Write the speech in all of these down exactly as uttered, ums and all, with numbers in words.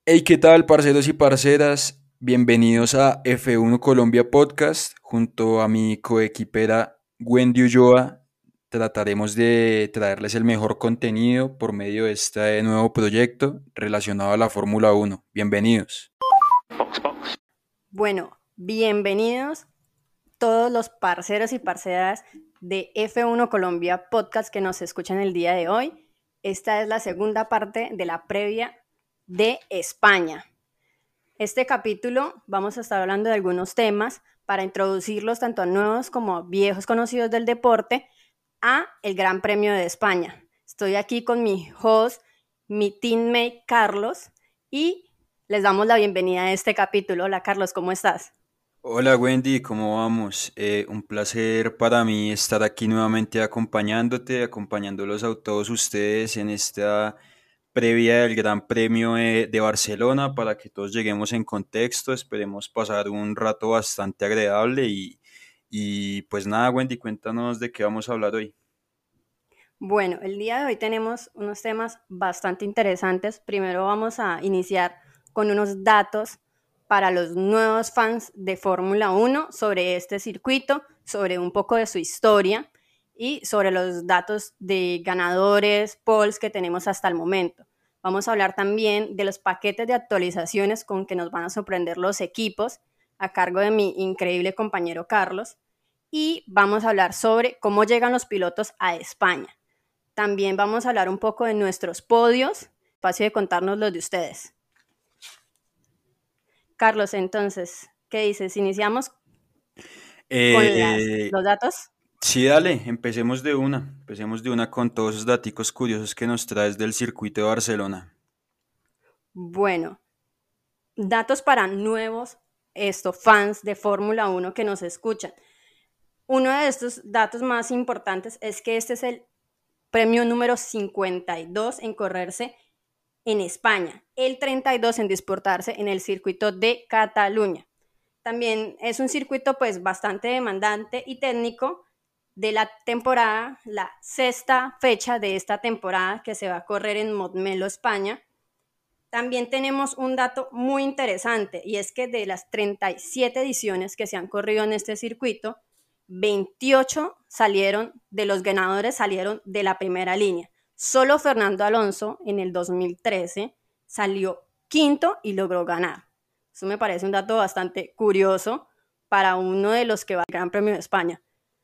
Hey, ¿qué tal, parceros y parceras? Bienvenidos a F uno Colombia Podcast. Junto a mi coequipera Wendy Ulloa, trataremos de traerles el mejor contenido por medio de este nuevo proyecto relacionado a la Fórmula Uno. Bienvenidos. Bueno, bienvenidos todos los parceros y parceras de F uno Colombia Podcast que nos escuchan el día de hoy. Esta es la segunda parte de la previa de España. Este capítulo vamos a estar hablando de algunos temas para introducirlos tanto a nuevos como a viejos conocidos del deporte a el Gran Premio de España. Estoy aquí con mi host, mi teammate Carlos, y les damos la bienvenida a este capítulo. Hola Carlos, ¿cómo estás? Hola Wendy, ¿cómo vamos? Eh, un placer para mí estar aquí nuevamente acompañándote, acompañándolos a todos ustedes en esta previa del Gran Premio de, de Barcelona para que todos lleguemos en contexto, esperemos pasar un rato bastante agradable y, y pues nada, Wendy, cuéntanos de qué vamos a hablar hoy. Bueno, el día de hoy tenemos unos temas bastante interesantes. Primero vamos a iniciar con unos datos para los nuevos fans de Fórmula Uno sobre este circuito, sobre un poco de su historia y sobre los datos de ganadores, polls que tenemos hasta el momento. Vamos a hablar también de los paquetes de actualizaciones con que nos van a sorprender los equipos a cargo de mi increíble compañero Carlos. Y vamos a hablar sobre cómo llegan los pilotos a España. También vamos a hablar un poco de nuestros podios, espacio de contarnos los de ustedes. Carlos, entonces, ¿qué dices? ¿Iniciamos con las, Eh, los datos? sí, dale, empecemos de una, empecemos de una con todos esos daticos curiosos que nos traes del circuito de Barcelona. Bueno, datos para nuevos esto, fans de Fórmula Uno que nos escuchan. Uno de estos datos más importantes es que este es el premio número cincuenta y dos en correrse en España, el treinta y dos en disputarse en el circuito de Cataluña. También es un circuito pues bastante demandante y técnico de la temporada, la sexta fecha de esta temporada que se va a correr en Montmeló, España. También tenemos un dato muy interesante y es que de las treinta y siete ediciones que se han corrido en este circuito, veintiocho salieron, de los ganadores salieron de la primera línea. Solo Fernando Alonso en el dos mil trece salió quinto y logró ganar. Eso me parece un dato bastante curioso para uno de los que va al Gran Premio de España.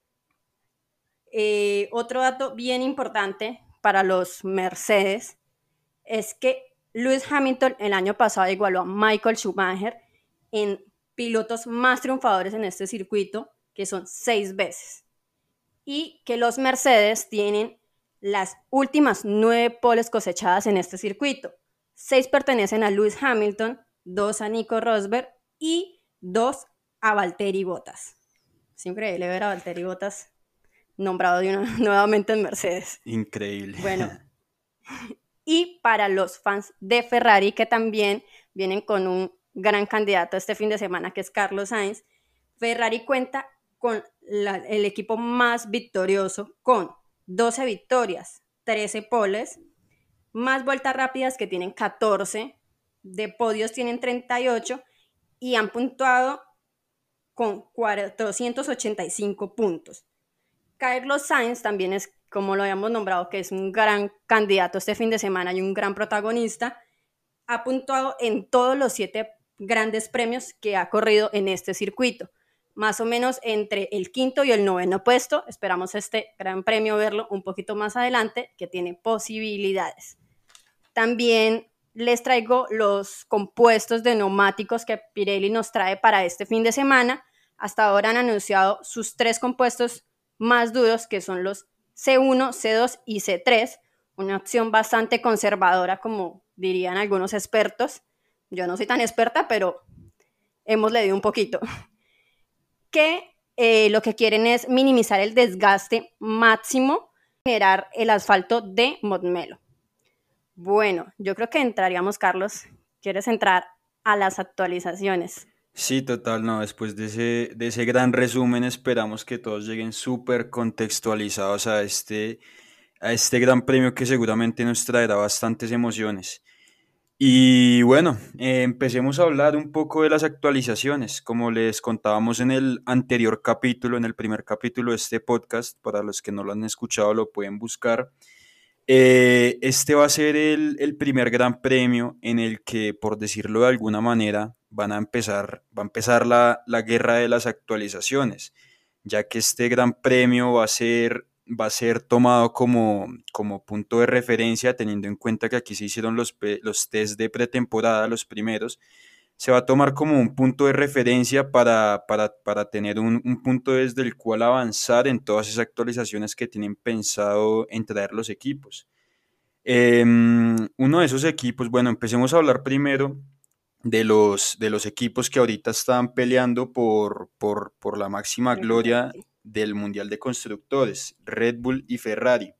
Eh, otro dato bien importante para los Mercedes es que Lewis Hamilton el año pasado igualó a Michael Schumacher en pilotos más triunfadores en este circuito, que son seis veces. Y que los Mercedes tienen las últimas nueve poles cosechadas en este circuito. Seis pertenecen a Lewis Hamilton, dos a Nico Rosberg y dos a Valtteri Bottas. Es increíble ver a Valtteri Bottas nombrado de una, nuevamente en Mercedes. Increíble. Bueno, y para los fans de Ferrari, que también vienen con un gran candidato este fin de semana, que es Carlos Sainz, Ferrari cuenta con la, el equipo más victorioso, con doce victorias, trece poles, más vueltas rápidas que tienen catorce, de podios tienen treinta y ocho y han puntuado con cuatrocientos ochenta y cinco puntos. Carlos Sainz también es, como lo habíamos nombrado, que es un gran candidato este fin de semana y un gran protagonista, ha puntuado en todos los siete grandes premios que ha corrido en este circuito, más o menos entre el quinto y el noveno puesto. Esperamos este gran premio verlo un poquito más adelante, que tiene posibilidades. También les traigo los compuestos de neumáticos que Pirelli nos trae para este fin de semana. Hasta ahora han anunciado sus tres compuestos más duros, que son los C uno, C dos y C tres, una opción bastante conservadora, como dirían algunos expertos. Yo no soy tan experta, pero hemos leído un poquito. Que eh, lo que quieren es minimizar el desgaste máximo, generar el asfalto de Montmeló. Bueno, yo creo que entraríamos, Carlos. ¿Quieres entrar a las actualizaciones? Sí, total, no, después de ese, de ese gran resumen esperamos que todos lleguen súper contextualizados a este, a este gran premio que seguramente nos traerá bastantes emociones. Y bueno, eh, empecemos a hablar un poco de las actualizaciones. Como les contábamos en el anterior capítulo, en el primer capítulo de este podcast, para los que no lo han escuchado lo pueden buscar. Eh, este va a ser el, el primer gran premio en el que, por decirlo de alguna manera, van a empezar, va a empezar la, la guerra de las actualizaciones, ya que este gran premio va a ser, va a ser tomado como, como punto de referencia, teniendo en cuenta que aquí se hicieron los, pe- los test de pretemporada, los primeros. Se va a tomar como un punto de referencia para, para, para tener un, un punto desde el cual avanzar en todas esas actualizaciones que tienen pensado en traer los equipos. Eh, uno de esos equipos, bueno, empecemos a hablar primero de los, de los equipos que ahorita están peleando por, por, por la máxima El Mundial, gloria sí. del Mundial de Constructores, Red Bull y Ferrari.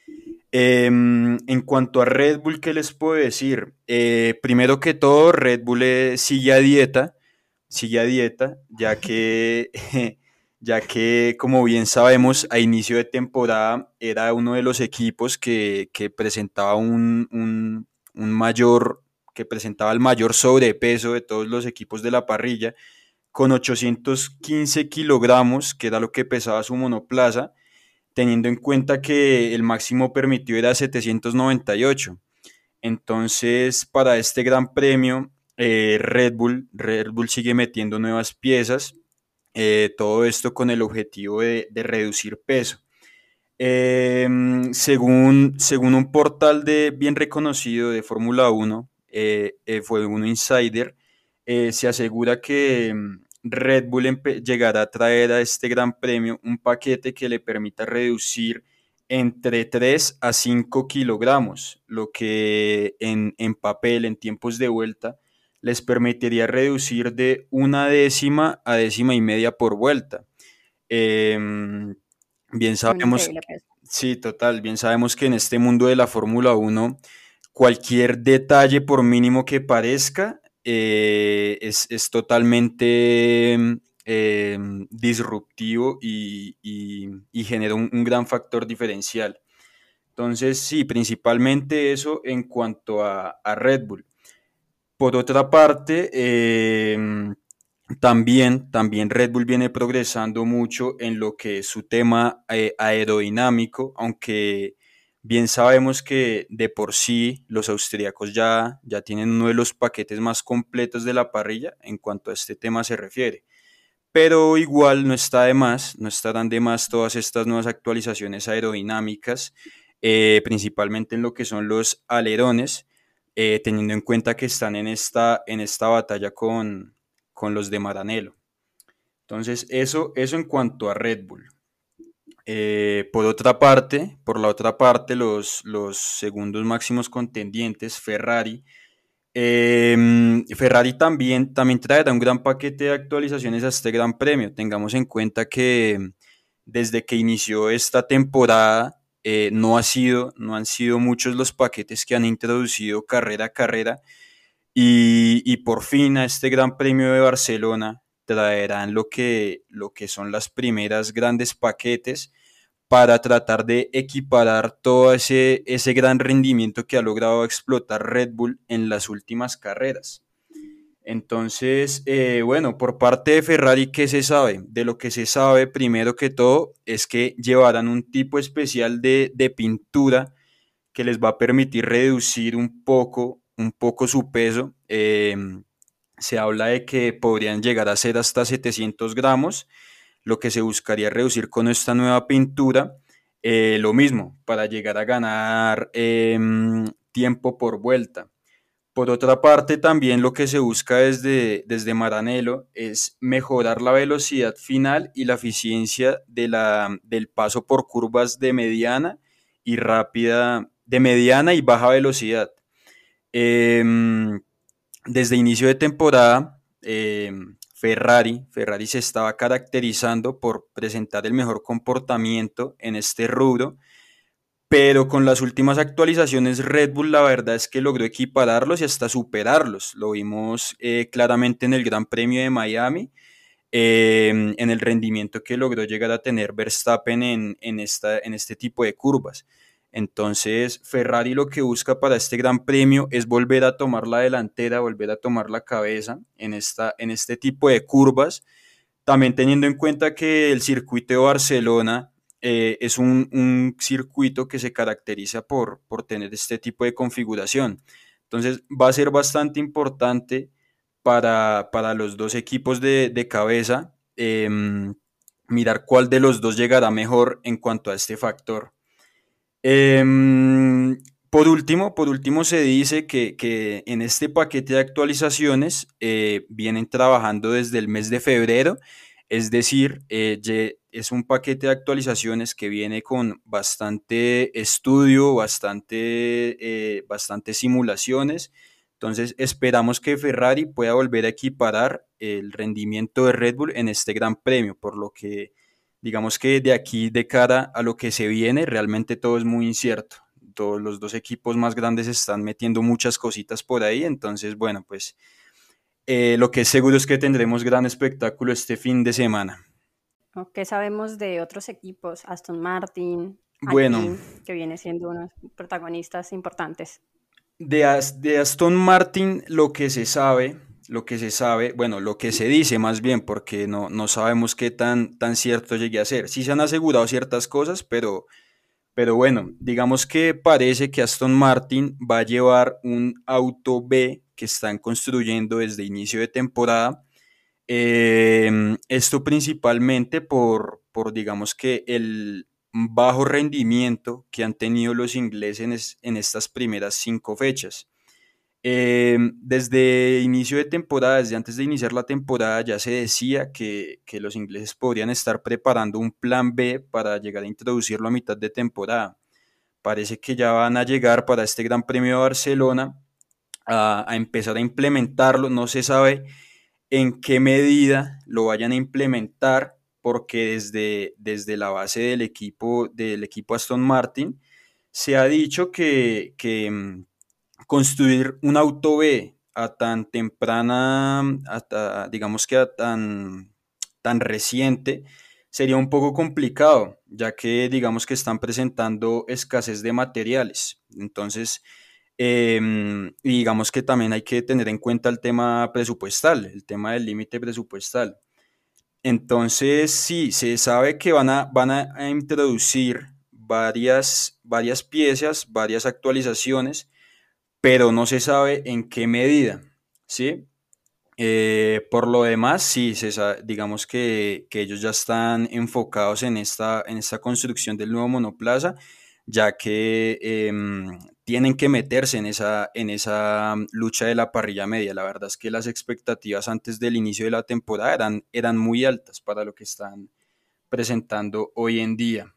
Eh, en cuanto a Red Bull, ¿qué les puedo decir? Eh, primero que todo, Red Bull eh, sigue a dieta, sigue a dieta, ya que, ya que, como bien sabemos, a inicio de temporada era uno de los equipos que, que presentaba un, un, un mayor, que presentaba el mayor sobrepeso de todos los equipos de la parrilla, con ochocientos quince kilogramos, que era lo que pesaba su monoplaza, teniendo en cuenta que el máximo permitido era setecientos noventa y ocho. Entonces, para este gran premio, eh, Red Bull, Red Bull sigue metiendo nuevas piezas, eh, todo esto con el objetivo de, de reducir peso. Eh, según, según un portal de, bien reconocido de Fórmula uno, eh, eh, fue un insider, eh, se asegura que mm, Red Bull empe- llegará a traer a este gran premio un paquete que le permita reducir entre tres a cinco kilogramos, lo que en, en papel, en tiempos de vuelta, les permitiría reducir de una décima a décima y media por vuelta. Em, Bien Un sabemos, increíble peso. sí, total, bien sabemos que en este mundo de la Fórmula uno cualquier detalle, por mínimo que parezca, eh, es, es totalmente eh, disruptivo y, y- y genera un, un gran factor diferencial. Entonces, sí, principalmente eso en cuanto a, a Red Bull. Por otra parte, eh, también, también Red Bull viene progresando mucho en lo que es su tema eh, aerodinámico, aunque bien sabemos que de por sí los austríacos ya, ya tienen uno de los paquetes más completos de la parrilla en cuanto a este tema se refiere. Pero igual no está de más, no estarán de más todas estas nuevas actualizaciones aerodinámicas, eh, principalmente en lo que son los alerones, eh, teniendo en cuenta que están en esta, en esta batalla con, con los de Maranello. Entonces, eso, eso en cuanto a Red Bull. Eh, por otra parte, por la otra parte, los, los segundos máximos contendientes, Ferrari, eh, Ferrari también, también traerá un gran paquete de actualizaciones a este gran premio. Tengamos en cuenta que desde que inició esta temporada eh, no, ha sido, no han sido muchos los paquetes que han introducido carrera a carrera y, y por fin a este gran premio de Barcelona traerán lo que, lo que son las primeras grandes paquetes para tratar de equiparar todo ese, ese gran rendimiento que ha logrado explotar Red Bull en las últimas carreras. Entonces, eh, bueno, por parte de Ferrari, ¿qué se sabe? De lo que se sabe, primero que todo, es que llevarán un tipo especial de, de pintura que les va a permitir reducir un poco, un poco su peso. Eh, se habla de que podrían llegar a ser hasta setecientos gramos, lo que se buscaría reducir con esta nueva pintura. Eh, lo mismo, para llegar a ganar eh, tiempo por vuelta. Por otra parte, también lo que se busca desde, desde Maranello es mejorar la velocidad final y la eficiencia de la, del paso por curvas de mediana y rápida, de mediana y baja velocidad. Eh, Desde inicio de temporada, eh, Ferrari, Ferrari se estaba caracterizando por presentar el mejor comportamiento en este rubro, pero con las últimas actualizaciones Red Bull la verdad es que logró equipararlos y hasta superarlos. Lo vimos eh, claramente en el Gran Premio de Miami, eh, en el rendimiento que logró llegar a tener Verstappen en, en, esta, en este tipo de curvas. Entonces, Ferrari lo que busca para este Gran Premio es volver a tomar la delantera, volver a tomar la cabeza en, esta, en este tipo de curvas, también teniendo en cuenta que el circuito de Barcelona eh, es un, un, circuito que se caracteriza por, por tener este tipo de configuración. Entonces va a ser bastante importante para, para los dos equipos de, de cabeza eh, mirar cuál de los dos llegará mejor en cuanto a este factor. Eh, por último, por último se dice que, que en este paquete de actualizaciones eh, vienen trabajando desde el mes de febrero, es decir, eh, es un paquete de actualizaciones que viene con bastante estudio, bastante, eh, bastante simulaciones. Entonces esperamos que Ferrari pueda volver a equiparar el rendimiento de Red Bull en este Gran Premio, por lo que digamos que de aquí de cara a lo que se viene, realmente todo es muy incierto. Todos los dos equipos más grandes están metiendo muchas cositas por ahí, entonces bueno, pues eh, lo que es seguro es que tendremos gran espectáculo este fin de semana. ¿Qué sabemos de otros equipos? Aston Martin, Bueno, Alpine, que viene siendo unos protagonistas importantes. de, As- de Aston Martin lo que se sabe, lo que se sabe, bueno, lo que se dice más bien, porque no, no sabemos qué tan, tan cierto llegue a ser. Sí se han asegurado ciertas cosas, pero Pero bueno, digamos que parece que Aston Martin va a llevar un auto B que están construyendo desde inicio de temporada. Eh, esto principalmente por, por, digamos que el bajo rendimiento que han tenido los ingleses en, es, en estas primeras cinco fechas. Eh, desde inicio de temporada, desde antes de iniciar la temporada, ya se decía que, que los ingleses podrían estar preparando un plan B para llegar a introducirlo a mitad de temporada. Parece que ya van a llegar para este Gran Premio de Barcelona a, a empezar a implementarlo. No se sabe en qué medida lo vayan a implementar, porque desde, desde la base del equipo, del equipo Aston Martin se ha dicho que, que mm, construir un auto B a tan temprana, hasta, digamos que a tan, tan reciente, sería un poco complicado, ya que digamos que están presentando escasez de materiales. Entonces, eh, y digamos que también hay que tener en cuenta el tema presupuestal, el tema del límite presupuestal. Entonces, sí, se sabe que van a, van a, a introducir varias, varias piezas, varias actualizaciones, pero no se sabe en qué medida, ¿sí? Eh, por lo demás, sí, se sabe, digamos que, que ellos ya están enfocados en esta, en esta construcción del nuevo monoplaza, ya que eh, tienen que meterse en esa, en esa lucha de la parrilla media. La verdad es que las expectativas antes del inicio de la temporada eran, eran muy altas para lo que están presentando hoy en día.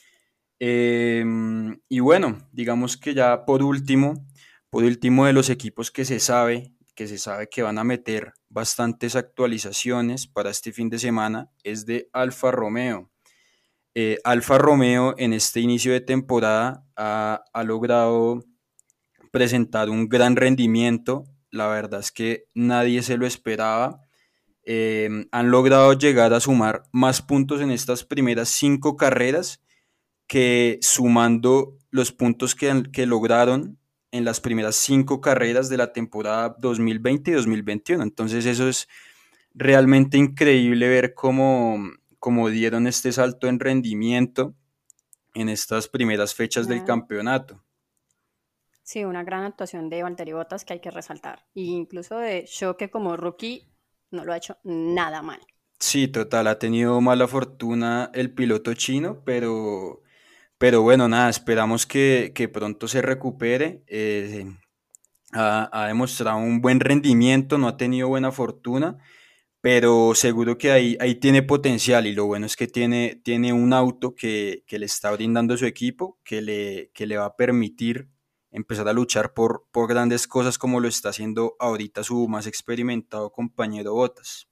Eh, y bueno, digamos que ya por último, por último de los equipos que se sabe, que se sabe que van a meter bastantes actualizaciones para este fin de semana, es de Alfa Romeo. Eh, Alfa Romeo en este inicio de temporada ha, ha logrado presentar un gran rendimiento. La verdad es que nadie se lo esperaba. Eh, han logrado llegar a sumar más puntos en estas primeras cinco carreras que sumando los puntos que, que lograron en las primeras cinco carreras de la temporada dos mil veinte y dos mil veintiuno. Entonces eso es realmente increíble ver cómo, cómo dieron este salto en rendimiento en estas primeras fechas del Una, campeonato. sí, una gran actuación de Valtteri Bottas que hay que resaltar. E incluso de Choque como rookie no lo ha hecho nada mal. Sí, total, ha tenido mala fortuna el piloto chino, pero, pero bueno, nada, esperamos que, que pronto se recupere. Eh, ha, ha demostrado un buen rendimiento, no ha tenido buena fortuna, pero seguro que ahí, ahí tiene potencial y lo bueno es que tiene, tiene un auto que, que le está brindando su equipo, que le, que le va a permitir empezar a luchar por, por grandes cosas como lo está haciendo ahorita su más experimentado compañero Bottas.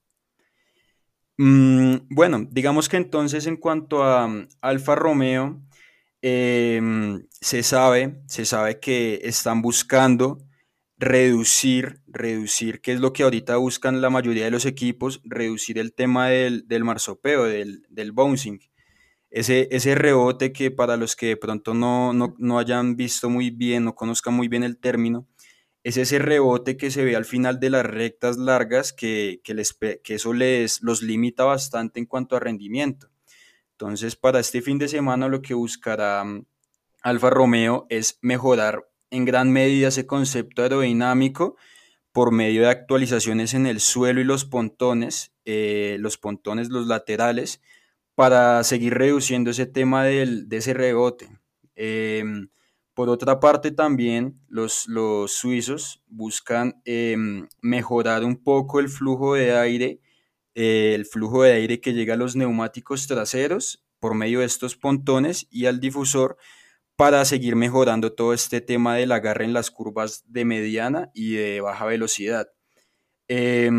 Mm, bueno, digamos que entonces en cuanto a um, Alfa Romeo, eh, se sabe, se sabe que están buscando reducir, reducir, que es lo que ahorita buscan la mayoría de los equipos, reducir el tema del, del marsopeo, del, del bouncing. Ese, ese rebote que para los que de pronto no, no, no hayan visto muy bien, no conozcan muy bien el término, es ese rebote que se ve al final de las rectas largas que, que, les, que eso les, los limita bastante en cuanto a rendimiento. Entonces, para este fin de semana lo que buscará mm, Alfa Romeo es mejorar en gran medida ese concepto aerodinámico por medio de actualizaciones en el suelo y los pontones, eh, los pontones, los laterales, para seguir reduciendo ese tema del, de ese rebote. Eh, por otra parte, también los, los suizos buscan eh, mejorar un poco el flujo de aire, eh, el flujo de aire que llega a los neumáticos traseros por medio de estos pontones y al difusor para seguir mejorando todo este tema del agarre en las curvas de mediana y de baja velocidad. Eh,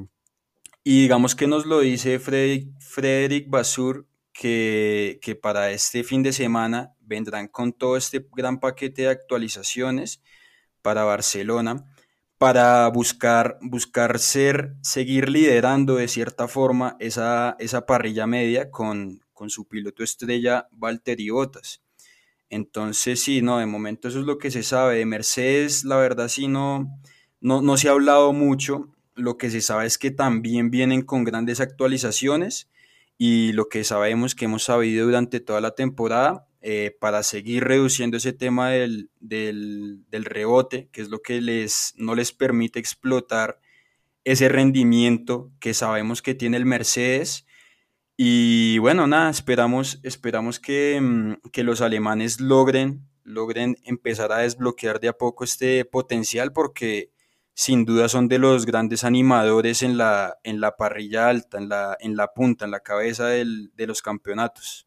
y digamos que nos lo dice Frederic, Frederic Vasseur, que, que para este fin de semana vendrán con todo este gran paquete de actualizaciones para Barcelona, para buscar, buscar ser, seguir liderando de cierta forma esa, esa parrilla media con, con su piloto estrella Valtteri Bottas. Entonces, sí, no, de momento eso es lo que se sabe. De Mercedes, la verdad, sí, no, no, no se ha hablado mucho. Lo que se sabe es que también vienen con grandes actualizaciones y lo que sabemos que hemos sabido durante toda la temporada eh, para seguir reduciendo ese tema del, del, del rebote, que es lo que les, no les permite explotar ese rendimiento que sabemos que tiene el Mercedes. Y bueno, nada, esperamos, esperamos que, mm, que los alemanes logren, logren empezar a desbloquear de a poco este potencial porque sin duda son de los grandes animadores en la, en la parrilla alta, en la, en la punta, en la cabeza del- de los campeonatos.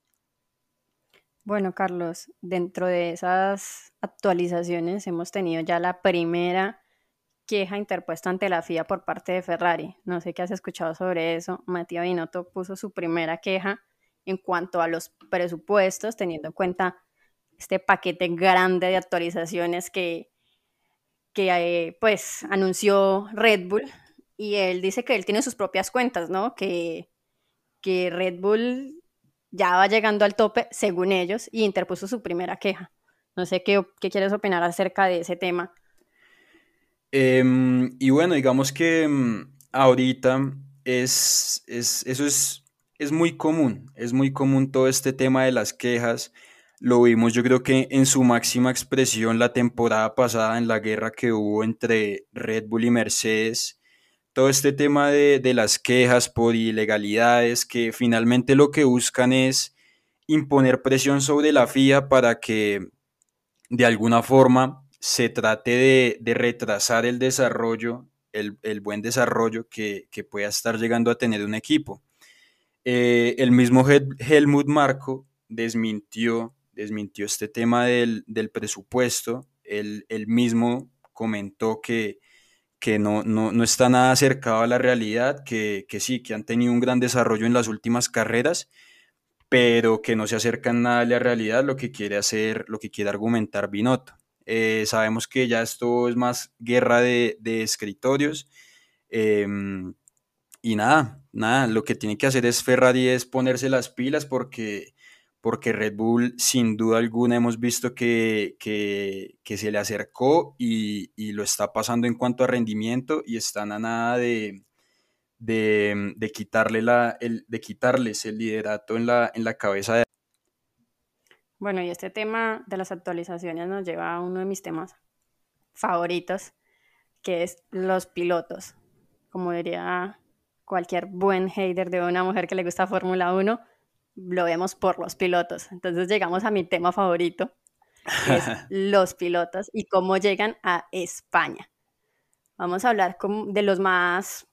Bueno, Carlos, dentro de esas actualizaciones hemos tenido ya la primera queja interpuesta ante la F I A por parte de Ferrari. No sé qué has escuchado sobre eso. Matías Binotto puso su primera queja en cuanto a los presupuestos, teniendo en cuenta este paquete grande de actualizaciones que, que eh, pues anunció Red Bull. Y él dice que él tiene sus propias cuentas, ¿no? Que, que Red Bull ya va llegando al tope, según ellos, y interpuso su primera queja. No sé qué, qué quieres opinar acerca de ese tema. Em, y bueno, digamos que em, ahorita es, es, eso es, es muy común, es muy común todo este tema de las quejas. Lo vimos yo creo que en su máxima expresión la temporada pasada en la guerra que hubo entre Red Bull y Mercedes. Todo este tema de, de las quejas por ilegalidades que finalmente lo que buscan es imponer presión sobre la F I A para que de alguna forma se trate de, de retrasar el desarrollo, el, el buen desarrollo que, que, pueda estar llegando a tener un equipo. Eh, el mismo Hel Helmut Marko desmintió, desmintió este tema del, del presupuesto, él, él, mismo comentó que, que no, no, no, está nada acercado a la realidad, que, que sí, que han tenido un gran desarrollo en las últimas carreras, pero que no se acercan nada a la realidad, lo que quiere hacer, lo que quiere argumentar Binotto. Eh, sabemos que ya esto es más guerra de, de escritorios, eh, y nada, nada, lo que tiene que hacer es Ferrari es ponerse las pilas porque, porque Red Bull sin duda alguna hemos visto que, que, que se le acercó y, y, lo está pasando en cuanto a rendimiento y están a nada de, de, de, quitarle la, el, de quitarles el liderato en la, en la cabeza de... Bueno, y este tema de las actualizaciones nos lleva a uno de mis temas favoritos, que es los pilotos. Como diría cualquier buen hater de una mujer que le gusta Fórmula uno, lo vemos por los pilotos. Entonces llegamos a mi tema favorito, que es los pilotos y cómo llegan a España. Vamos a hablar de los más,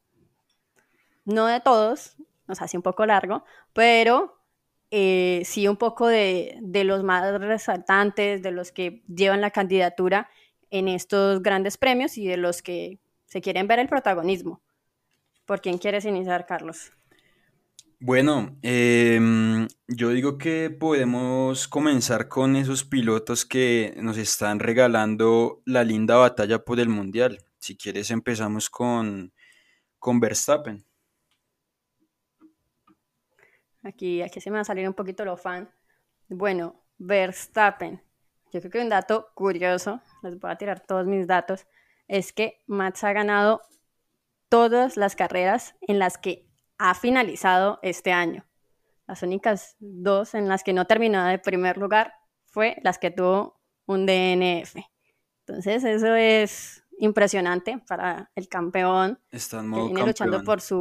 no de todos, nos hace un poco largo, pero eh, sí un poco de, de los más resaltantes, de los que llevan la candidatura en estos grandes premios y de los que se quieren ver el protagonismo. ¿Por quién quieres iniciar, Carlos? Bueno, eh, yo digo que podemos comenzar con esos pilotos que nos están regalando la linda batalla por el Mundial. Si quieres empezamos con, con Verstappen. aquí, aquí se me va a salir un poquito lo fan. Bueno, Verstappen. Yo creo que un dato curioso, les voy a tirar todos mis datos, es que Max ha ganado todas las carreras en las que ha finalizado este año. Las únicas dos en las que no terminó de primer lugar fue las que tuvo un D N F. Entonces eso es impresionante para el campeón Está en que modo viene luchando campeón. por su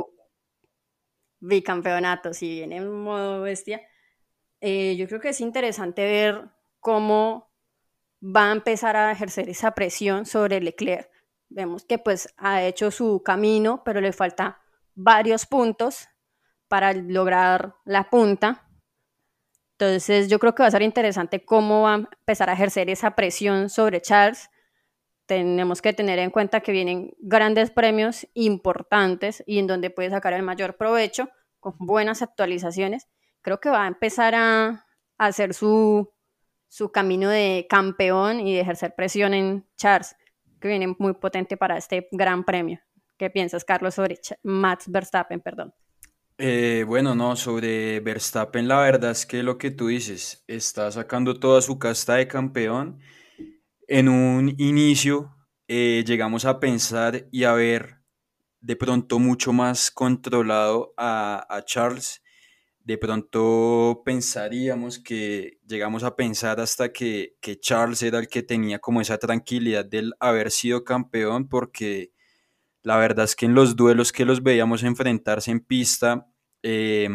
bicampeonato, si viene en modo bestia. Eh, yo creo que es interesante ver cómo va a empezar a ejercer esa presión sobre Leclerc. Vemos que pues ha hecho su camino, pero le falta varios puntos para lograr la punta. Entonces yo creo que va a ser interesante cómo va a empezar a ejercer esa presión sobre Charles. Tenemos que tener en cuenta que vienen grandes premios importantes y en donde puede sacar el mayor provecho con buenas actualizaciones. Creo que va a empezar a, a hacer su, su camino de campeón y de ejercer presión en Charles, que viene muy potente para este gran premio. ¿Qué piensas, Carlos, sobre Ch Max Verstappen? Perdón. Eh, bueno, no, sobre Verstappen, la verdad es que lo que tú dices, está sacando toda su casta de campeón. En un inicio eh, llegamos a pensar y a ver de pronto mucho más controlado a, a Charles. De pronto pensaríamos que llegamos a pensar hasta que, que Charles era el que tenía como esa tranquilidad del haber sido campeón, porque la verdad es que en los duelos que los veíamos enfrentarse en pista, eh,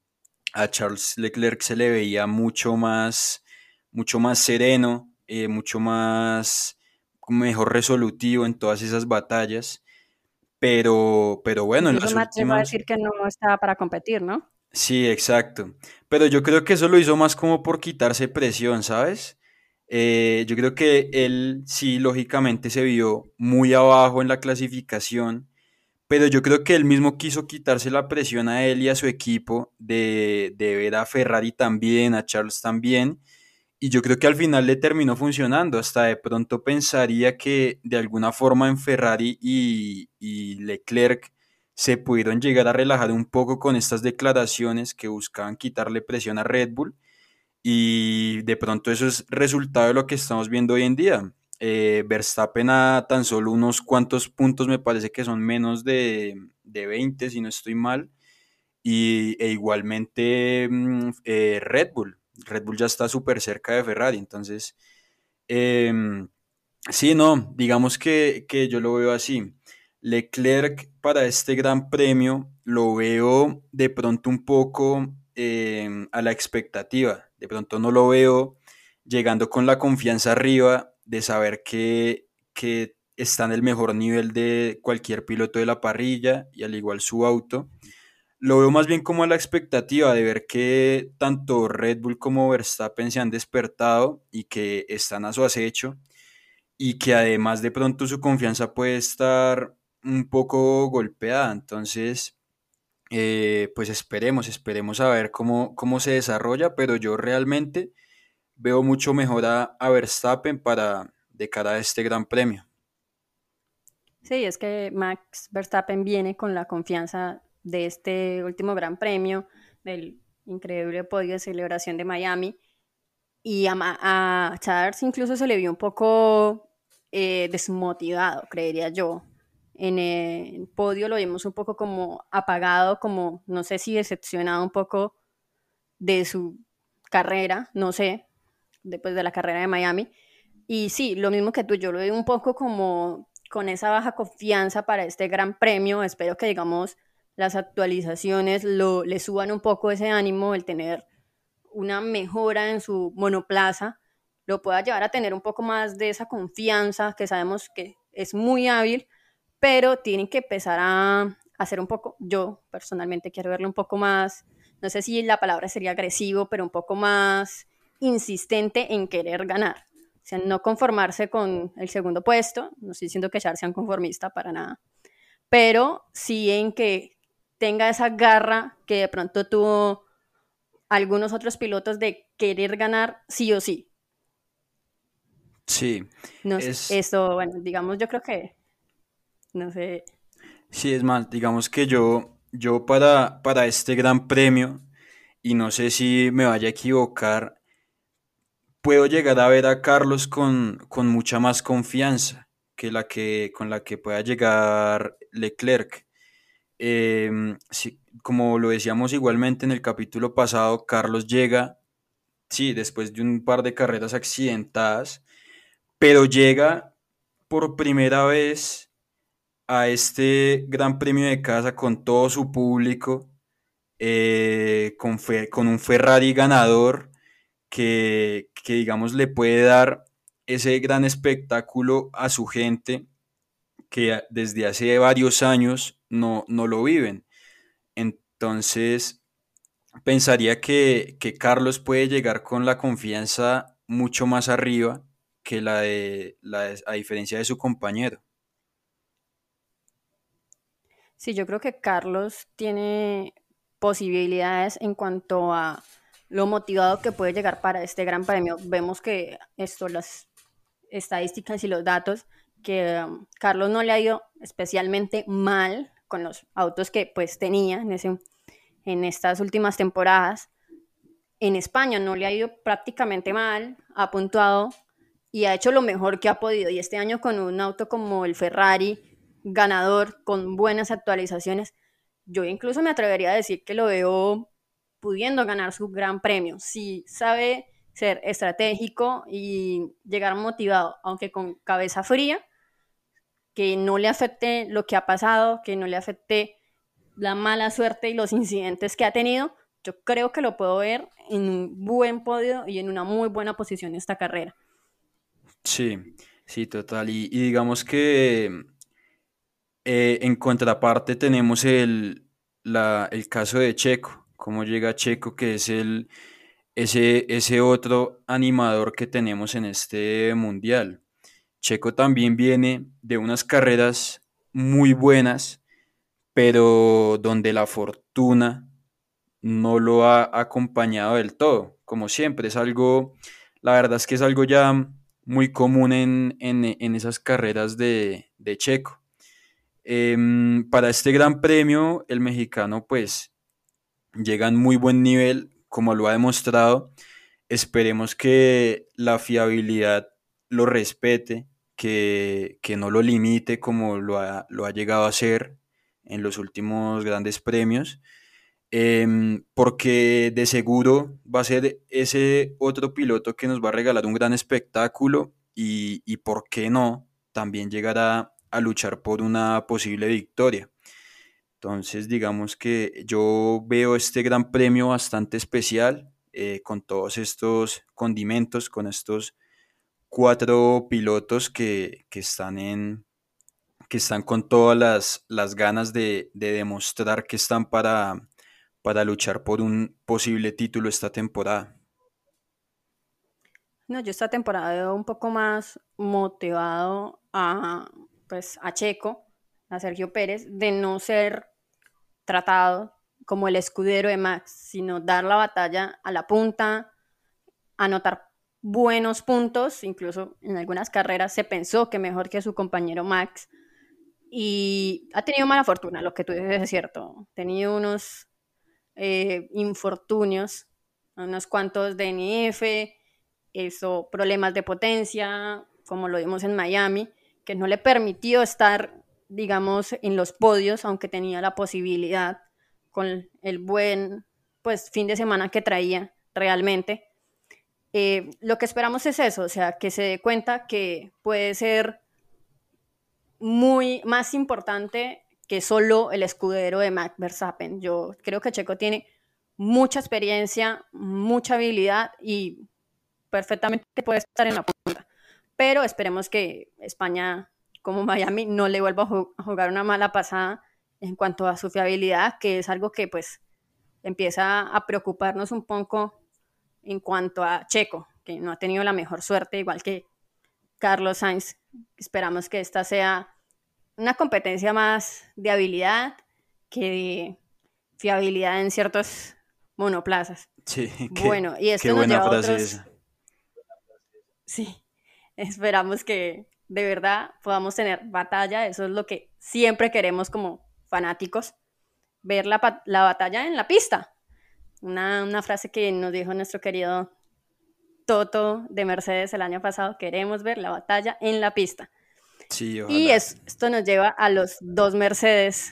a Charles Leclerc se le veía mucho más, mucho más sereno, eh, mucho más mejor resolutivo en todas esas batallas. Pero, pero bueno, en Incluso las Max llegó a últimas, decir que no estaba para competir, ¿no? sí, exacto. Pero yo creo que eso lo hizo más como por quitarse presión, ¿sabes? Eh, yo creo que él sí, lógicamente se vio muy abajo en la clasificación, pero yo creo que él mismo quiso quitarse la presión a él y a su equipo de, de ver a Ferrari también, a Charles también, y yo creo que al final le terminó funcionando. Hasta de pronto pensaría que de alguna forma en Ferrari y, y Leclerc se pudieron llegar a relajar un poco con estas declaraciones que buscaban quitarle presión a Red Bull, y de pronto eso es resultado de lo que estamos viendo hoy en día. Eh, Verstappen a tan solo unos cuantos puntos, me parece que son menos de, de veinte, si no estoy mal, y, e igualmente mm, eh, Red Bull. Red Bull ya está súper cerca de Ferrari, entonces em, sí, no, digamos que, que yo lo veo así. Leclerc para este gran premio lo veo de pronto un poco eh, a la expectativa. De pronto no lo veo llegando con la confianza arriba de saber que, que está en el mejor nivel de cualquier piloto de la parrilla y al igual su auto. Lo veo más bien como a la expectativa de ver que tanto Red Bull como Verstappen se han despertado y que están a su acecho, y que además de pronto su confianza puede estar un poco golpeada. Entonces, eh, pues esperemos, esperemos a ver cómo, cómo se desarrolla, pero yo realmente veo mucho mejor a, a Verstappen para de cara a este gran premio. Sí, es que Max Verstappen viene con la confianza de este último Gran Premio, del increíble podio de celebración de Miami, y a, a Charles incluso se le vio un poco eh, desmotivado, creería yo. En el podio lo vimos un poco como apagado, como no sé si decepcionado un poco de su carrera, no sé, después de la carrera de Miami. Y sí, lo mismo que tú, yo lo veo un poco como con esa baja confianza para este gran premio. Espero que, digamos, las actualizaciones lo, le suban un poco ese ánimo, el tener una mejora en su monoplaza, lo pueda llevar a tener un poco más de esa confianza, que sabemos que es muy hábil, pero tienen que empezar a hacer un poco, yo personalmente quiero verlo un poco más, no sé si la palabra sería agresivo, pero un poco más insistente en querer ganar. O sea, no conformarse con el segundo puesto, no estoy diciendo que Charles sea un conformista para nada, pero sí en que tenga esa garra que de pronto tuvo algunos otros pilotos de querer ganar sí o sí. Sí, No sé, es, eso, bueno, digamos, yo creo que, no sé, sí, es más, digamos que yo, yo para, para este gran premio y no sé si me vaya a equivocar, puedo llegar a ver a Carlos con, con mucha más confianza que la que con la que pueda llegar Leclerc. Em, sí, como lo decíamos igualmente en el capítulo pasado, Carlos llega, sí, después de un par de carreras accidentadas, pero llega por primera vez a este Gran Premio de casa con todo su público, eh, con, fe- con un Ferrari ganador que, que, digamos, le puede dar ese gran espectáculo a su gente que desde hace varios años no, no lo viven. Entonces, pensaría que, que Carlos puede llegar con la confianza mucho más arriba que la de, la de- a diferencia de su compañero. Sí, yo creo que Carlos tiene posibilidades en cuanto a lo motivado que puede llegar para este gran premio. Vemos que esto, las estadísticas y los datos, que um, Carlos no le ha ido especialmente mal con los autos que pues tenía en, ese, en estas últimas temporadas. En España no le ha ido prácticamente mal, ha puntuado y ha hecho lo mejor que ha podido. Y este año con un auto como el Ferrari, ganador, con buenas actualizaciones, yo incluso me atrevería a decir que lo veo pudiendo ganar su gran premio. Si sabe ser estratégico y llegar motivado, aunque con cabeza fría, que no le afecte lo que ha pasado, que no le afecte la mala suerte y los incidentes que ha tenido, yo creo que lo puedo ver en un buen podio y en una muy buena posición esta carrera. Sí, sí, total. Y, y digamos que eh, en contraparte tenemos el, la- el caso de Checo, cómo llega Checo, que es el, ese, ese otro animador que tenemos en este mundial. Checo también viene de unas carreras muy buenas, pero donde la fortuna no lo ha acompañado del todo, como siempre. Es algo, la verdad es que es algo ya muy común en, en, en esas carreras de, de Checo. Em, para este gran premio, el mexicano pues llega en muy buen nivel, como lo ha demostrado. Esperemos que la fiabilidad lo respete, que, que no lo limite como lo ha, lo ha llegado a hacer en los últimos grandes premios, em, porque de seguro va a ser ese otro piloto que nos va a regalar un gran espectáculo y, y por qué no, también llegará a luchar por una posible victoria. Entonces, digamos que yo veo este gran premio bastante especial, eh, con todos estos condimentos, con estos cuatro pilotos que, que están en, que están con todas las, las ganas de, de demostrar que están para, para luchar por un posible título esta temporada. No, yo esta temporada veo un poco más motivado a, pues, a Checo, a Sergio Pérez, de no ser tratado como el escudero de Max, sino dar la batalla a la punta, anotar buenos puntos, incluso en algunas carreras se pensó que mejor que su compañero Max, y ha tenido mala fortuna, lo que tú dices es cierto, ha tenido unos eh, infortunios, unos cuantos D N F, eso, problemas de potencia, como lo vimos en Miami, que no le permitió estar, digamos, en los podios, aunque tenía la posibilidad con el buen pues, fin de semana que traía realmente. Eh, lo que esperamos es eso, o sea, que se dé cuenta que puede ser muy más importante que solo el escudero de Max Verstappen. Yo creo que Checo tiene mucha experiencia, mucha habilidad y perfectamente puede estar en la punta. Pero esperemos que España, como Miami, no le vuelva a jugar una mala pasada en cuanto a su fiabilidad, que es algo que pues empieza a preocuparnos un poco en cuanto a Checo, que no ha tenido la mejor suerte, igual que Carlos Sainz. Esperamos que esta sea una competencia más de habilidad que de fiabilidad en ciertos monoplazas. Sí, qué, Bueno, y qué esto nos buena lleva a frase otros, esa. sí, esperamos que de verdad podamos tener batalla, eso es lo que siempre queremos como fanáticos, ver la, la batalla en la pista, una, una frase que nos dijo nuestro querido Toto de Mercedes el año pasado: queremos ver la batalla en la pista. Sí, Y ojalá. es, esto nos lleva a los dos Mercedes,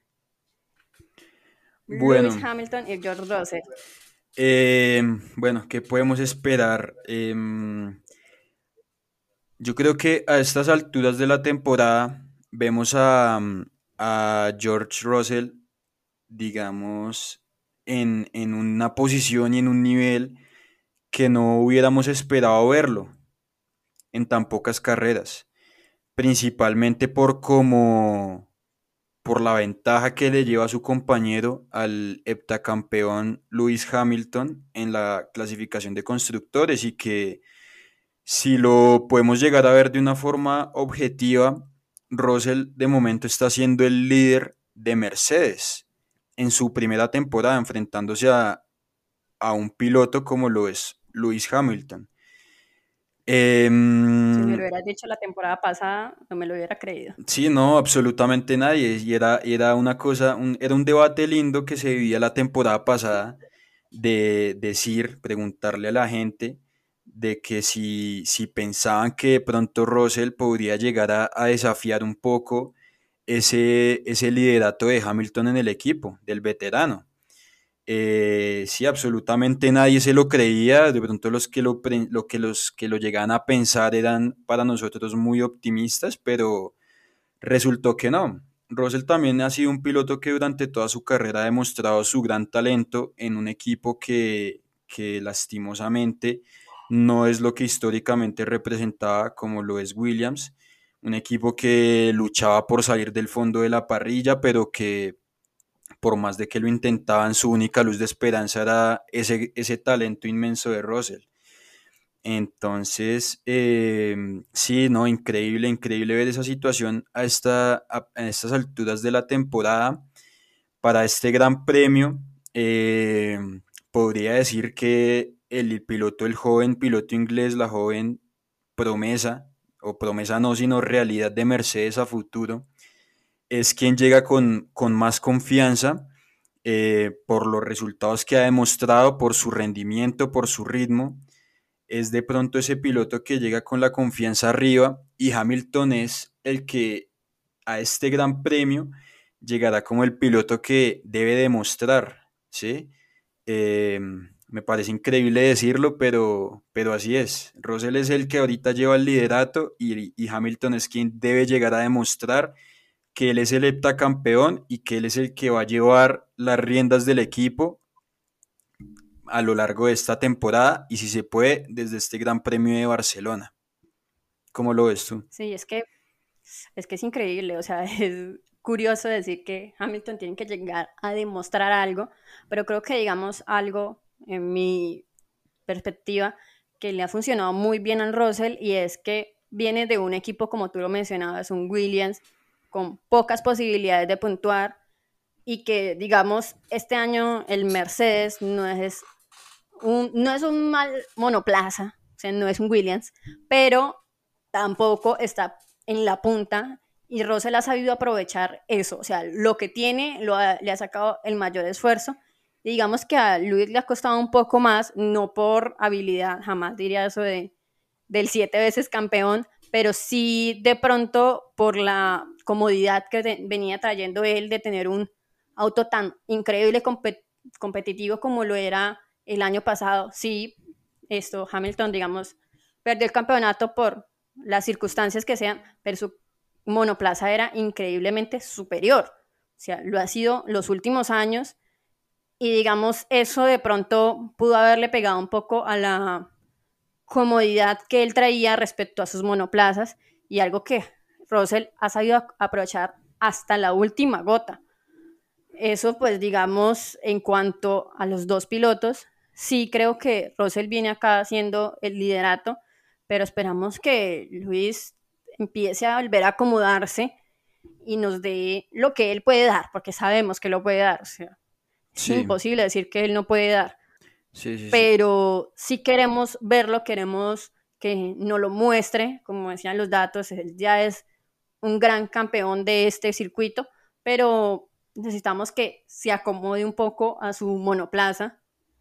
Lewis Bueno, Hamilton y George Russell. eh, bueno, ¿qué podemos esperar? Em, yo creo que a estas alturas de la temporada vemos a, mm, a George Russell, digamos, en, en una posición y en un nivel que no hubiéramos esperado verlo en tan pocas carreras, principalmente por como por la ventaja que le lleva a su compañero al heptacampeón Lewis Hamilton en la clasificación de constructores, y que si lo podemos llegar a ver de una forma objetiva, Russell de momento está siendo el líder de Mercedes en su primera temporada, enfrentándose a, a un piloto como lo es Lewis Hamilton. Si me lo Em, hubieras dicho la temporada pasada, no me lo hubiera creído. Sí, no, absolutamente nadie. Y era, era una cosa, un- era un debate lindo que se vivía la temporada pasada, de decir, preguntarle a la gente de que si, si pensaban que de pronto Russell podría llegar a, a desafiar un poco ese, ese liderato de Hamilton en el equipo, del veterano. Eh, sí, absolutamente nadie se lo creía. De pronto los que lo, pre- lo que los que lo llegaban a pensar eran para nosotros muy optimistas, pero resultó que no. Russell también ha sido un piloto que durante toda su carrera ha demostrado su gran talento en un equipo que, que lastimosamente no es lo que históricamente representaba, como lo es Williams, un equipo que luchaba por salir del fondo de la parrilla, pero que por más de que lo intentaban, su única luz de esperanza era ese, ese talento inmenso de Russell. Entonces, eh, sí, no, increíble, increíble ver esa situación a, esta, a, a estas alturas de la temporada. Para este gran premio, eh, podría decir que el piloto, el joven piloto inglés, la joven promesa, o promesa no, sino realidad de Mercedes a futuro, es quien llega con, con más confianza, eh, por los resultados que ha demostrado, por su rendimiento, por su ritmo. Es de pronto ese piloto que llega con la confianza arriba, y Hamilton es el que a este gran premio llegará como el piloto que debe demostrar, ¿sí? Eh, Me parece increíble decirlo, pero, pero así es. Russell es el que ahorita lleva el liderato, y, y Hamilton es quien debe llegar a demostrar que él es el heptacampeón y que él es el que va a llevar las riendas del equipo a lo largo de esta temporada, y si se puede, desde este Gran Premio de Barcelona. ¿Cómo lo ves tú? Sí, es que es que es increíble, o sea, es curioso decir que Hamilton tiene que llegar a demostrar algo, pero creo que digamos algo en mi perspectiva que le ha funcionado muy bien al Russell, y es que viene de un equipo, como tú lo mencionabas, un Williams, con pocas posibilidades de puntuar, y que digamos este año el Mercedes no es un, no es un mal monoplaza, o sea, no es un Williams, pero tampoco está en la punta, y Russell ha sabido aprovechar eso, o sea, lo que tiene lo ha, le ha sacado el mayor esfuerzo. Y digamos que a Luis le ha costado un poco más, no por habilidad, jamás diría eso de, del siete veces campeón, pero sí de pronto por la comodidad que de, venía trayendo él de tener un auto tan increíble compet competitivo como lo era el año pasado. Sí, esto, Hamilton, digamos, perdió el campeonato por las circunstancias que sean, pero su monoplaza era increíblemente superior. O sea, lo ha sido los últimos años, y digamos, eso de pronto pudo haberle pegado un poco a la comodidad que él traía respecto a sus monoplazas, y algo que Russell ha sabido aprovechar hasta la última gota. Eso pues digamos en cuanto a los dos pilotos, sí creo que Russell viene acá haciendo el liderato, pero esperamos que Luis empiece a volver a acomodarse y nos dé lo que él puede dar, porque sabemos que lo puede dar, o sea, es Sí, imposible decir que él no puede dar, sí, sí, sí. pero si queremos verlo, queremos que nos lo muestre, como decían los datos, él ya es un gran campeón de este circuito, pero necesitamos que se acomode un poco a su monoplaza,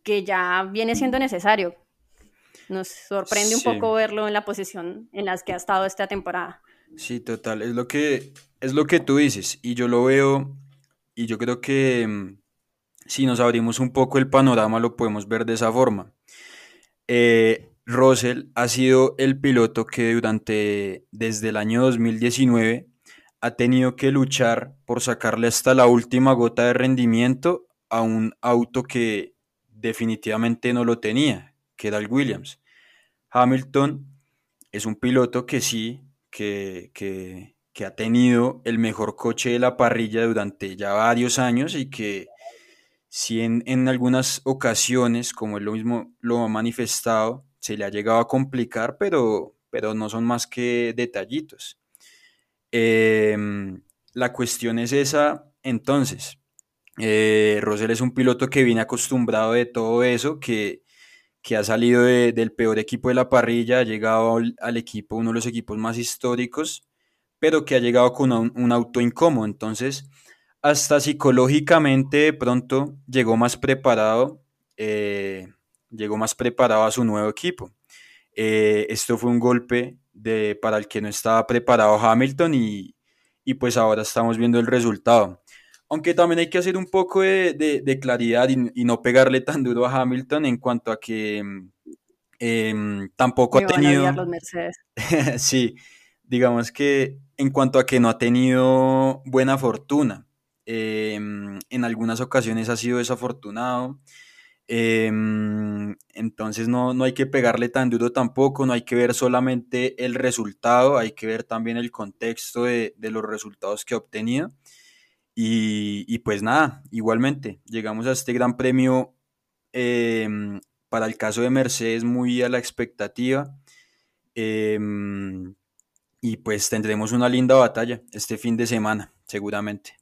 que ya viene siendo necesario. Nos sorprende un Sí, poco verlo en la posición en la que ha estado esta temporada. sí, total. Es lo que, es lo que tú dices. Y yo lo veo, y yo creo que mm, si nos abrimos un poco el panorama, lo podemos ver de esa forma. Eh, Russell ha sido el piloto que durante, desde el año dos mil diecinueve ha tenido que luchar por sacarle hasta la última gota de rendimiento a un auto que definitivamente no lo tenía, que era el Williams. Hamilton es un piloto que sí, que, que, que ha tenido el mejor coche de la parrilla durante ya varios años y que si en, en algunas ocasiones, como él lo mismo lo ha manifestado, se le ha llegado a complicar, pero, pero no son más que detallitos. Eh, la cuestión es esa, entonces, eh, Russell es un piloto que viene acostumbrado de todo eso, que, que ha salido de- del peor equipo de la parrilla, ha llegado al, al equipo, uno de los equipos más históricos, pero que ha llegado con un, un auto incómodo. Entonces, hasta psicológicamente de pronto llegó más preparado, eh, llegó más preparado a su nuevo equipo. Eh, esto fue un golpe de, para el que no estaba preparado Hamilton y, y pues ahora estamos viendo el resultado. Aunque también hay que hacer un poco de, de- de claridad y, y no pegarle tan duro a Hamilton en cuanto a que mm, em, tampoco ha Me van a odiar tenido, los Mercedes. sí, digamos que en cuanto a que no ha tenido buena fortuna. Em, en algunas ocasiones ha sido desafortunado. Em, entonces no, no hay que pegarle tan duro tampoco, no hay que ver solamente el resultado, hay que ver también el contexto de, de los resultados que ha obtenido. Y, y pues nada, igualmente, llegamos a este gran premio em, para el caso de Mercedes muy a la expectativa. em, y pues tendremos una linda batalla este fin de semana, seguramente.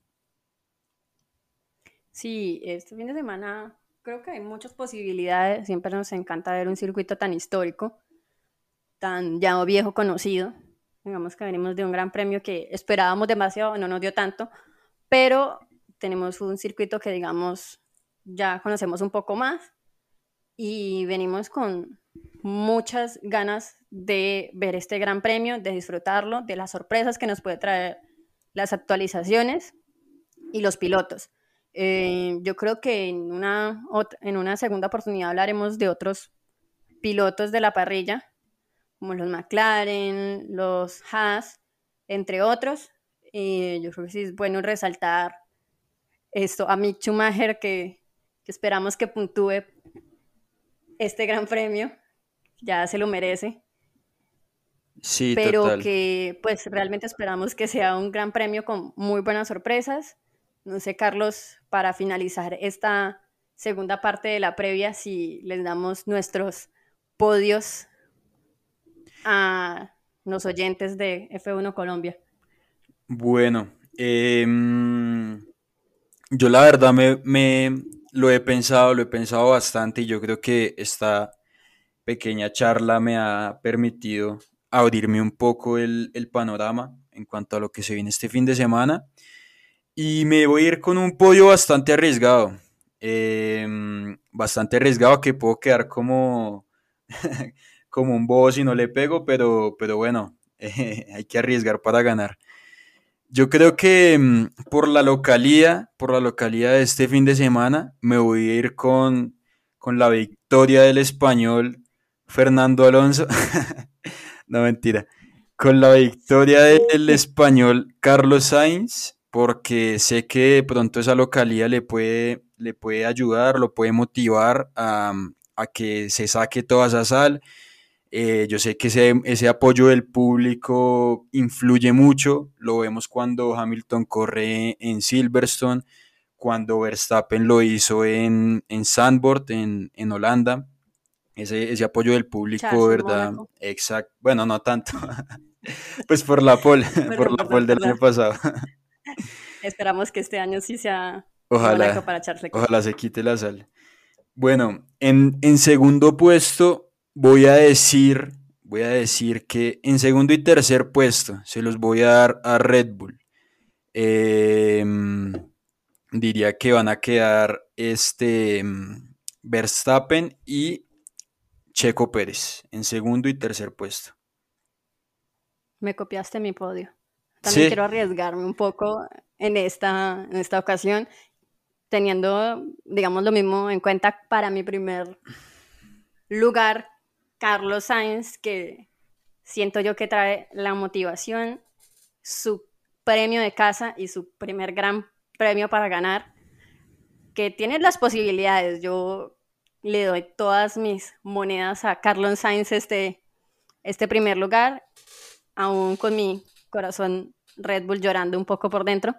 Sí, este fin de semana creo que hay muchas posibilidades. Siempre nos encanta ver un circuito tan histórico, tan ya viejo conocido. Digamos que venimos de un gran premio que esperábamos demasiado, no nos dio tanto, pero tenemos un circuito que, digamos, ya conocemos un poco más y venimos con muchas ganas de ver este gran premio, de disfrutarlo, de las sorpresas que nos puede traer las actualizaciones y los pilotos. Eh, yo creo que en una, en una segunda oportunidad hablaremos de otros pilotos de la parrilla, como los McLaren, los Haas, entre otros. Eh, yo creo que sí es bueno resaltar esto a Mick Schumacher, que, que esperamos que puntúe este gran premio, ya se lo merece, Sí, pero total. que pues realmente esperamos que sea un gran premio con muy buenas sorpresas. No sé, Carlos, para finalizar esta segunda parte de la previa, si les damos nuestros podios a los oyentes de F uno Colombia. Bueno, em, yo la verdad me, me lo he pensado, lo he pensado bastante y yo creo que esta pequeña charla me ha permitido abrirme un poco el, el panorama en cuanto a lo que se viene este fin de semana y me voy a ir con un podio bastante arriesgado, em, bastante arriesgado que puedo quedar como, como un bobo si no le pego, pero, pero bueno, eh, hay que arriesgar para ganar. Yo creo que mm, por la localía, por la localía de este fin de semana, me voy a ir con, con la victoria del español Fernando Alonso. No, mentira. Con la victoria del español Carlos Sainz, porque sé que de pronto esa localía le puede, le puede ayudar, lo puede motivar a, a que se saque toda esa sal. Eh, yo sé que ese, ese apoyo del público influye mucho, lo vemos cuando Hamilton corre en Silverstone, cuando Verstappen lo hizo en, en Zandvoort, en, en Holanda, ese, ese apoyo del público, Charles en ¿verdad? Mónaco. Exacto, bueno, no tanto, pues por la pole, por Perdón, la perdón, pole del perdón. año pasado. Esperamos que este año sí sea Mónaco Ojalá, para Charles Leclerc. ojalá se quite la sal. Bueno, en, en segundo puesto voy a decir, voy a decir que en segundo y tercer puesto se los voy a dar a Red Bull. Eh, diría que van a quedar este, Verstappen y Checo Pérez en segundo y tercer puesto. Me copiaste mi podio. También Sí. quiero arriesgarme un poco en esta, en esta ocasión, teniendo, digamos, lo mismo en cuenta para mi primer lugar, Carlos Sainz, que siento yo que trae la motivación, su premio de casa y su primer gran premio para ganar, que tiene las posibilidades. Yo le doy todas mis monedas a Carlos Sainz este, este primer lugar, aún con mi corazón Red Bull llorando un poco por dentro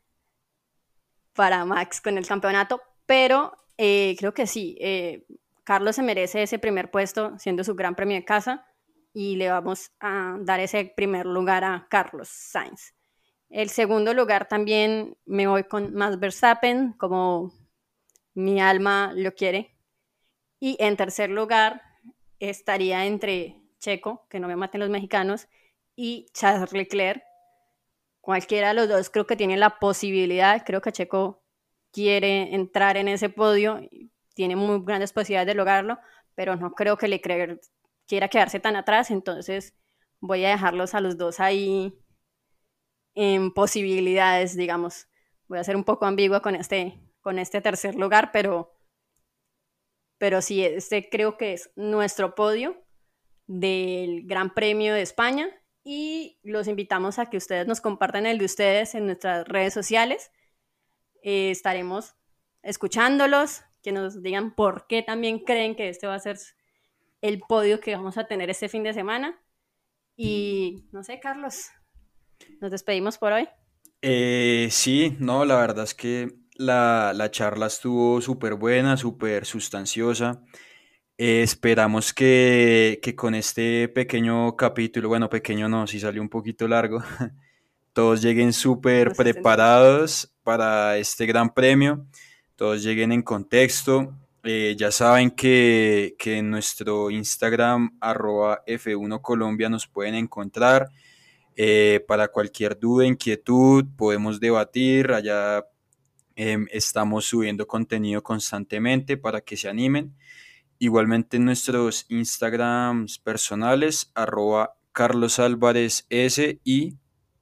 para Max con el campeonato, pero eh, creo que sí, eh, Carlos se merece ese primer puesto siendo su gran premio de casa y le vamos a dar ese primer lugar a Carlos Sainz. El segundo lugar también me voy con Max Verstappen, como mi alma lo quiere. Y en tercer lugar estaría entre Checo, que no me maten los mexicanos, y Charles Leclerc. Cualquiera de los dos creo que tiene la posibilidad, creo que Checo quiere entrar en ese podio, tiene muy grandes posibilidades de lograrlo, pero no creo que Leclerc quiera quedarse tan atrás, entonces voy a dejarlos a los dos ahí en posibilidades, digamos. Voy a ser un poco ambigua con este, con este tercer lugar, pero, pero sí, este creo que es nuestro podio del Gran Premio de España y los invitamos a que ustedes nos compartan el de ustedes en nuestras redes sociales. Eh, estaremos escuchándolos, que nos digan por qué también creen que este va a ser el podio que vamos a tener este fin de semana. Y no sé, Carlos, ¿nos despedimos por hoy? Eh, sí, no, la verdad es que la, la charla estuvo súper buena, súper sustanciosa. Eh, esperamos que, que con este pequeño capítulo, bueno, pequeño no, si salió un poquito largo, todos lleguen súper No sé, preparados para este gran premio, todos lleguen en contexto. Eh, ya saben que, que en nuestro Instagram, arroba F uno Colombia, nos pueden encontrar. Eh, para cualquier duda, inquietud, podemos debatir. Allá eh, estamos subiendo contenido constantemente para que se animen. Igualmente en nuestros Instagrams personales, arroba Carlos Álvarez S y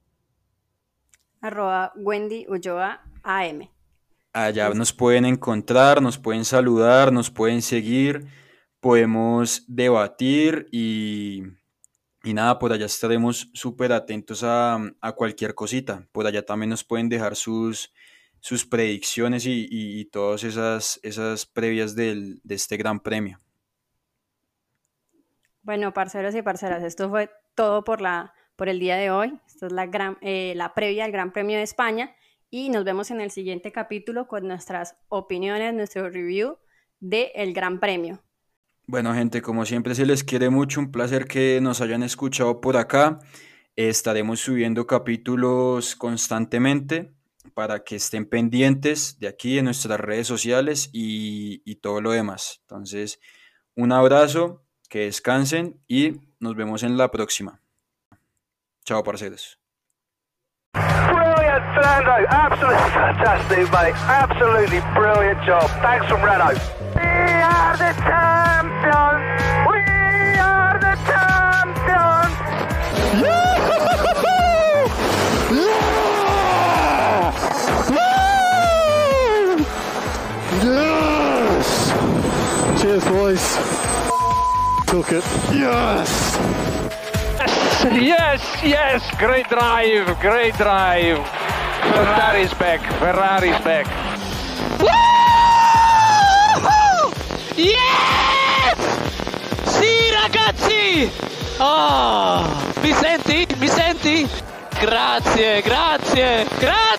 arroba Wendy Ulloa A M. allá nos pueden encontrar, nos pueden saludar, nos pueden seguir, podemos debatir y, y nada, por allá estaremos súper atentos a, a cualquier cosita. Por allá también nos pueden dejar sus, sus predicciones y, y, y todas esas, esas previas del, de este gran premio. Bueno, parceros y parceras, esto fue todo por, la, por el día de hoy. Esta es la, gran, eh, la previa al Gran Premio de España y nos vemos en el siguiente capítulo con nuestras opiniones, nuestro review del Gran Premio. Bueno, gente, como siempre se les quiere mucho, un placer que nos hayan escuchado por acá. Eh, estaremos subiendo capítulos constantemente para que estén pendientes de aquí en nuestras redes sociales y, y todo lo demás. Entonces, un abrazo, que descansen y nos vemos en la próxima. Chao, parceros. Brilliant, Fernando. Absolutely fantastic, mate. Absolutely brilliant job. Thanks from Renault. We are the champions. We are the champions. Yes! Cheers, boys. Took it. Yes! Yes, yes, great drive, great drive. Ferrari's back, Ferrari's back. Woo! Yes! Sì, ragazzi! Oh, mi senti? Mi senti? Grazie, grazie, grazie!